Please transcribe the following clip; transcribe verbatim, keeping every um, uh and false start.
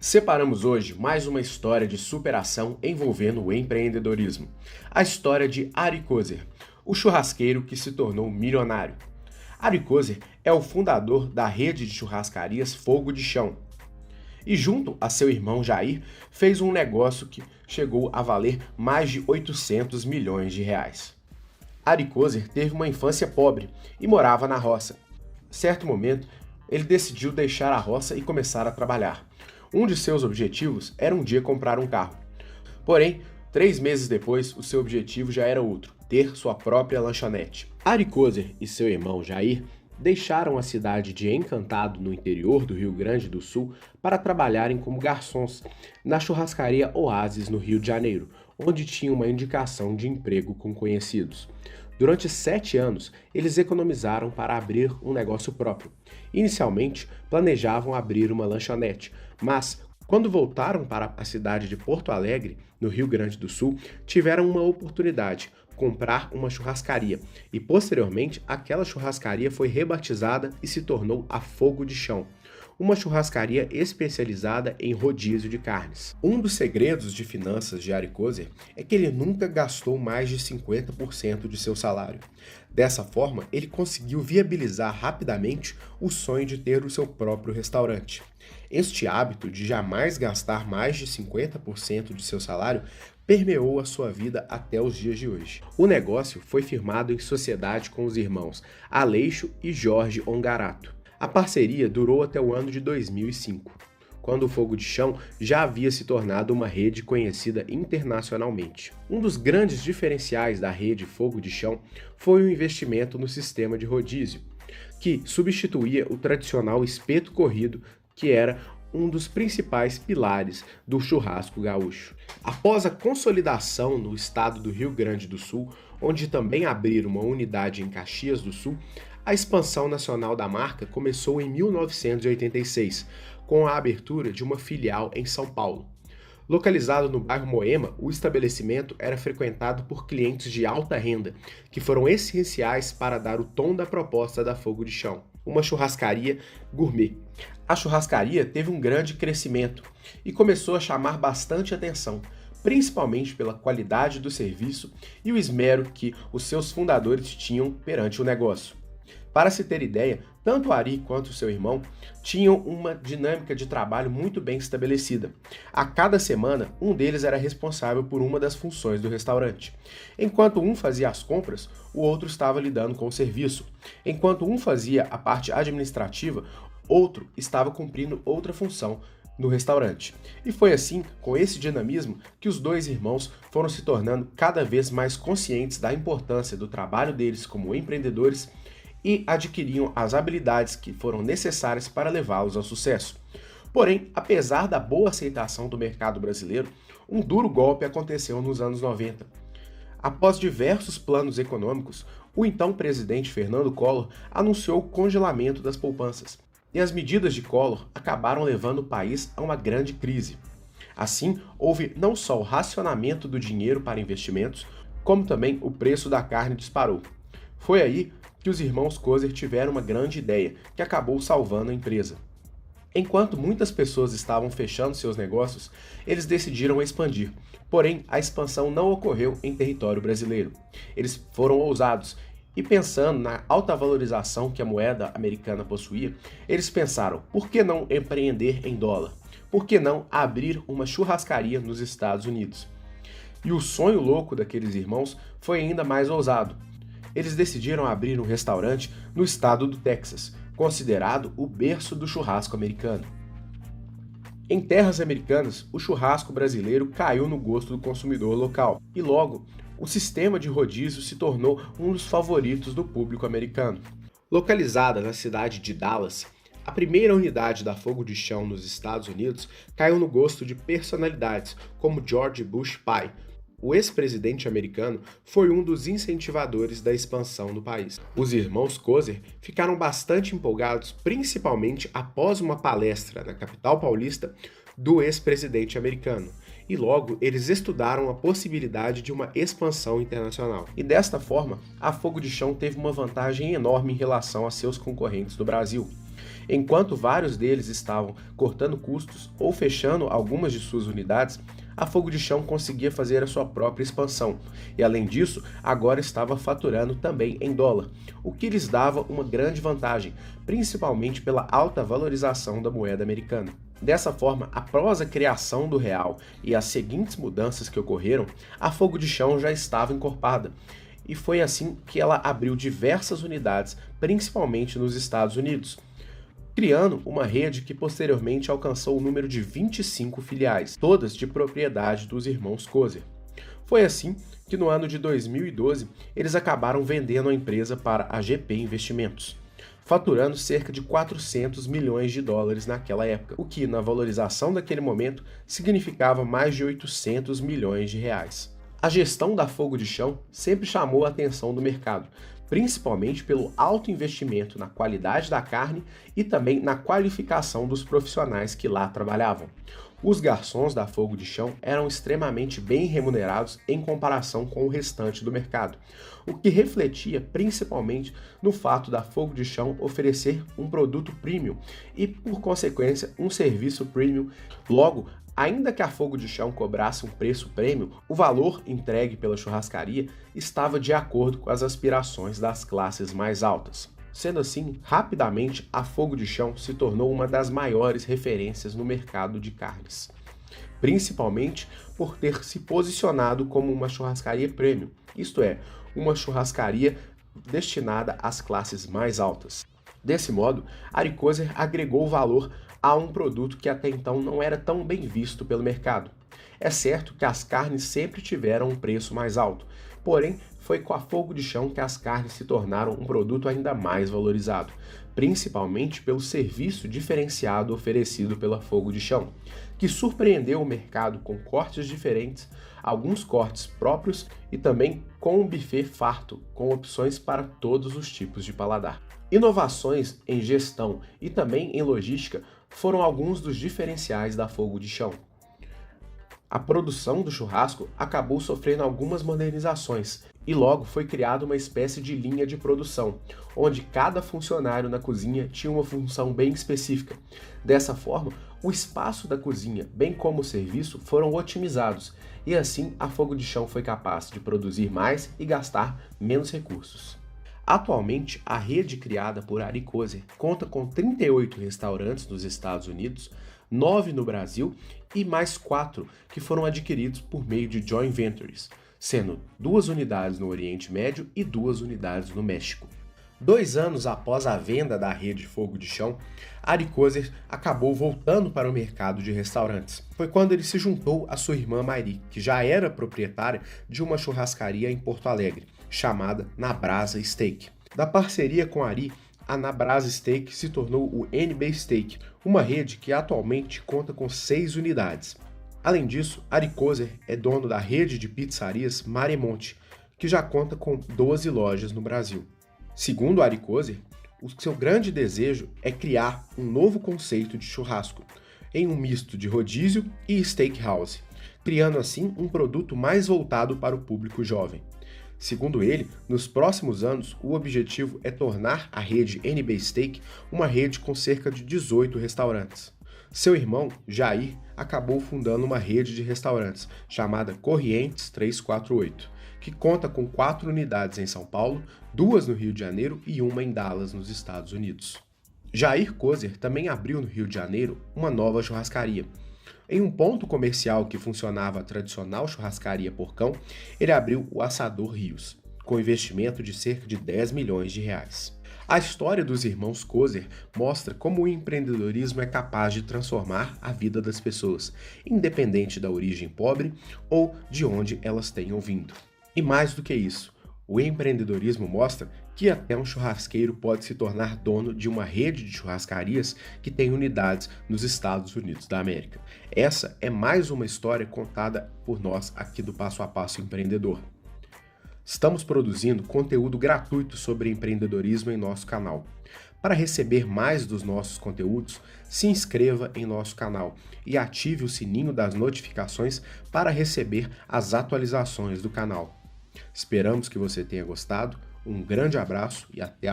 Separamos hoje mais uma história de superação envolvendo o empreendedorismo. A história de Ari Kozer, o churrasqueiro que se tornou milionário. Ari Kozer é o fundador da rede de churrascarias Fogo de Chão. E junto a seu irmão Jair, fez um negócio que chegou a valer mais de oitocentos milhões de reais. Ari Kozer teve uma infância pobre e morava na roça. Certo momento, ele decidiu deixar a roça e começar a trabalhar. Um de seus objetivos era um dia comprar um carro. Porém, três meses depois, o seu objetivo já era outro, ter sua própria lanchonete. Ari Kozer e seu irmão Jair deixaram a cidade de Encantado, no interior do Rio Grande do Sul, para trabalharem como garçons na churrascaria Oasis, no Rio de Janeiro, onde tinham uma indicação de emprego com conhecidos. Durante sete anos, eles economizaram para abrir um negócio próprio. Inicialmente, planejavam abrir uma lanchonete, mas quando voltaram para a cidade de Porto Alegre, no Rio Grande do Sul, tiveram uma oportunidade: comprar uma churrascaria, e posteriormente aquela churrascaria foi rebatizada e se tornou a Fogo de Chão, uma churrascaria especializada em rodízio de carnes. Um dos segredos de finanças de Ari Kozer é que ele nunca gastou mais de cinquenta por cento de seu salário. Dessa forma, ele conseguiu viabilizar rapidamente o sonho de ter o seu próprio restaurante. Este hábito de jamais gastar mais de cinquenta por cento de seu salário permeou a sua vida até os dias de hoje. O negócio foi firmado em sociedade com os irmãos Aleixo e Jorge Ongarato. A parceria durou até o ano de dois mil e cinco, quando o Fogo de Chão já havia se tornado uma rede conhecida internacionalmente. Um dos grandes diferenciais da rede Fogo de Chão foi o investimento no sistema de rodízio, que substituía o tradicional espeto corrido, que era um dos principais pilares do churrasco gaúcho. Após a consolidação no estado do Rio Grande do Sul, onde também abriram uma unidade em Caxias do Sul, a expansão nacional da marca começou em mil novecentos e oitenta e seis, com a abertura de uma filial em São Paulo. Localizado no bairro Moema, o estabelecimento era frequentado por clientes de alta renda, que foram essenciais para dar o tom da proposta da Fogo de Chão, uma churrascaria gourmet. A churrascaria teve um grande crescimento e começou a chamar bastante atenção, principalmente pela qualidade do serviço e o esmero que os seus fundadores tinham perante o negócio. Para se ter ideia, tanto Ari quanto seu irmão tinham uma dinâmica de trabalho muito bem estabelecida. A cada semana, um deles era responsável por uma das funções do restaurante. Enquanto um fazia as compras, o outro estava lidando com o serviço. Enquanto um fazia a parte administrativa, outro estava cumprindo outra função no restaurante. E foi assim, com esse dinamismo, que os dois irmãos foram se tornando cada vez mais conscientes da importância do trabalho deles como empreendedores e adquiriam as habilidades que foram necessárias para levá-los ao sucesso. Porém, apesar da boa aceitação do mercado brasileiro, um duro golpe aconteceu nos anos noventa. Após diversos planos econômicos, o então presidente Fernando Collor anunciou o congelamento das poupanças, e as medidas de Collor acabaram levando o país a uma grande crise. Assim, houve não só o racionamento do dinheiro para investimentos, como também o preço da carne disparou. Foi aí que os irmãos Kozer tiveram uma grande ideia, que acabou salvando a empresa. Enquanto muitas pessoas estavam fechando seus negócios, eles decidiram expandir. Porém, a expansão não ocorreu em território brasileiro. Eles foram ousados e, pensando na alta valorização que a moeda americana possuía, eles pensaram: por que não empreender em dólar? Por que não abrir uma churrascaria nos Estados Unidos? E o sonho louco daqueles irmãos foi ainda mais ousado. Eles decidiram abrir um restaurante no estado do Texas, considerado o berço do churrasco americano. Em terras americanas, o churrasco brasileiro caiu no gosto do consumidor local, e logo, o sistema de rodízio se tornou um dos favoritos do público americano. Localizada na cidade de Dallas, a primeira unidade da Fogo de Chão nos Estados Unidos caiu no gosto de personalidades como George Bush pai. O ex-presidente americano foi um dos incentivadores da expansão do país. Os irmãos Kozer ficaram bastante empolgados, principalmente após uma palestra na capital paulista do ex-presidente americano, e logo eles estudaram a possibilidade de uma expansão internacional. E desta forma, a Fogo de Chão teve uma vantagem enorme em relação a seus concorrentes do Brasil. Enquanto vários deles estavam cortando custos ou fechando algumas de suas unidades, a Fogo de Chão conseguia fazer a sua própria expansão e, além disso, agora estava faturando também em dólar, o que lhes dava uma grande vantagem, principalmente pela alta valorização da moeda americana. Dessa forma, após a criação do real e as seguintes mudanças que ocorreram, a Fogo de Chão já estava encorpada, e foi assim que ela abriu diversas unidades, principalmente nos Estados Unidos, criando uma rede que posteriormente alcançou o número de vinte e cinco filiais, todas de propriedade dos irmãos Kozer. Foi assim que no ano de dois mil e doze eles acabaram vendendo a empresa para a G P Investimentos, faturando cerca de quatrocentos milhões de dólares naquela época, o que na valorização daquele momento significava mais de oitocentos milhões de reais. A gestão da Fogo de Chão sempre chamou a atenção do mercado, principalmente pelo alto investimento na qualidade da carne e também na qualificação dos profissionais que lá trabalhavam. Os garçons da Fogo de Chão eram extremamente bem remunerados em comparação com o restante do mercado, o que refletia principalmente no fato da Fogo de Chão oferecer um produto premium e, por consequência, um serviço premium. Logo, ainda que a Fogo de Chão cobrasse um preço premium, o valor entregue pela churrascaria estava de acordo com as aspirações das classes mais altas. Sendo assim, rapidamente a Fogo de Chão se tornou uma das maiores referências no mercado de carnes, principalmente por ter se posicionado como uma churrascaria premium, isto é, uma churrascaria destinada às classes mais altas. Desse modo, a Ari Kozer agregou valor a um produto que até então não era tão bem visto pelo mercado. É certo que as carnes sempre tiveram um preço mais alto, porém foi com a Fogo de Chão que as carnes se tornaram um produto ainda mais valorizado, principalmente pelo serviço diferenciado oferecido pela Fogo de Chão, que surpreendeu o mercado com cortes diferentes, alguns cortes próprios e também com um buffet farto, com opções para todos os tipos de paladar. Inovações em gestão e também em logística foram alguns dos diferenciais da Fogo de Chão. A produção do churrasco acabou sofrendo algumas modernizações e logo foi criada uma espécie de linha de produção, onde cada funcionário na cozinha tinha uma função bem específica. Dessa forma, o espaço da cozinha, bem como o serviço, foram otimizados e assim a Fogo de Chão foi capaz de produzir mais e gastar menos recursos. Atualmente, a rede criada por Ari Kozer conta com trinta e oito restaurantes nos Estados Unidos, nove no Brasil e mais quatro que foram adquiridos por meio de joint ventures, sendo duas unidades no Oriente Médio e duas unidades no México. Dois anos após a venda da rede Fogo de Chão, Ari Kozer acabou voltando para o mercado de restaurantes. Foi quando ele se juntou à sua irmã Mairi, que já era proprietária de uma churrascaria em Porto Alegre, chamada Na Brasa Steak. Da parceria com Ari, a Na Brasa Steak se tornou o N B Steak, uma rede que atualmente conta com seis unidades. Além disso, Ari Kozer é dono da rede de pizzarias Maremonte, que já conta com doze lojas no Brasil. Segundo Ari Kozer, o seu grande desejo é criar um novo conceito de churrasco, em um misto de rodízio e steakhouse, criando assim um produto mais voltado para o público jovem. Segundo ele, nos próximos anos, o objetivo é tornar a rede N B Steak uma rede com cerca de dezoito restaurantes. Seu irmão, Jair, acabou fundando uma rede de restaurantes chamada Corrientes trezentos e quarenta e oito, que conta com quatro unidades em São Paulo, duas no Rio de Janeiro e uma em Dallas, nos Estados Unidos. Jair Kozer também abriu no Rio de Janeiro uma nova churrascaria. Em um ponto comercial que funcionava a tradicional churrascaria Porcão, ele abriu o Assador Rios, com investimento de cerca de dez milhões de reais. A história dos irmãos Kozer mostra como o empreendedorismo é capaz de transformar a vida das pessoas, independente da origem pobre ou de onde elas tenham vindo. E mais do que isso, o empreendedorismo mostra que até um churrasqueiro pode se tornar dono de uma rede de churrascarias que tem unidades nos Estados Unidos da América. Essa é mais uma história contada por nós aqui do Passo a Passo Empreendedor. Estamos produzindo conteúdo gratuito sobre empreendedorismo em nosso canal. Para receber mais dos nossos conteúdos, se inscreva em nosso canal e ative o sininho das notificações para receber as atualizações do canal. Esperamos que você tenha gostado, um grande abraço e até a